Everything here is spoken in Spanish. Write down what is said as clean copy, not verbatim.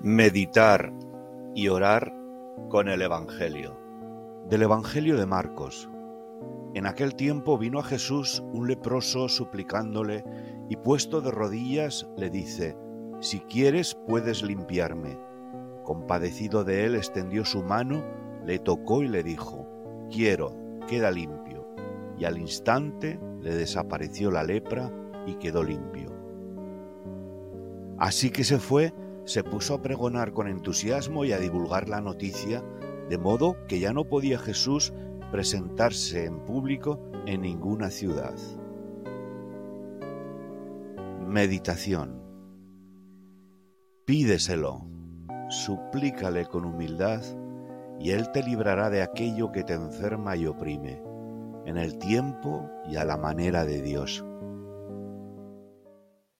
Meditar y orar con el Evangelio. Del Evangelio de Marcos. En aquel tiempo vino a Jesús un leproso suplicándole y puesto de rodillas le dice: «Si quieres puedes limpiarme». Compadecido de él extendió su mano, le tocó y le dijo: «Quiero, queda limpio». Y al instante le desapareció la lepra y quedó limpio. Así que se puso a pregonar con entusiasmo y a divulgar la noticia, de modo que ya no podía Jesús presentarse en público en ninguna ciudad. Meditación. Pídeselo, suplícale con humildad, y Él te librará de aquello que te enferma y oprime, en el tiempo y a la manera de Dios.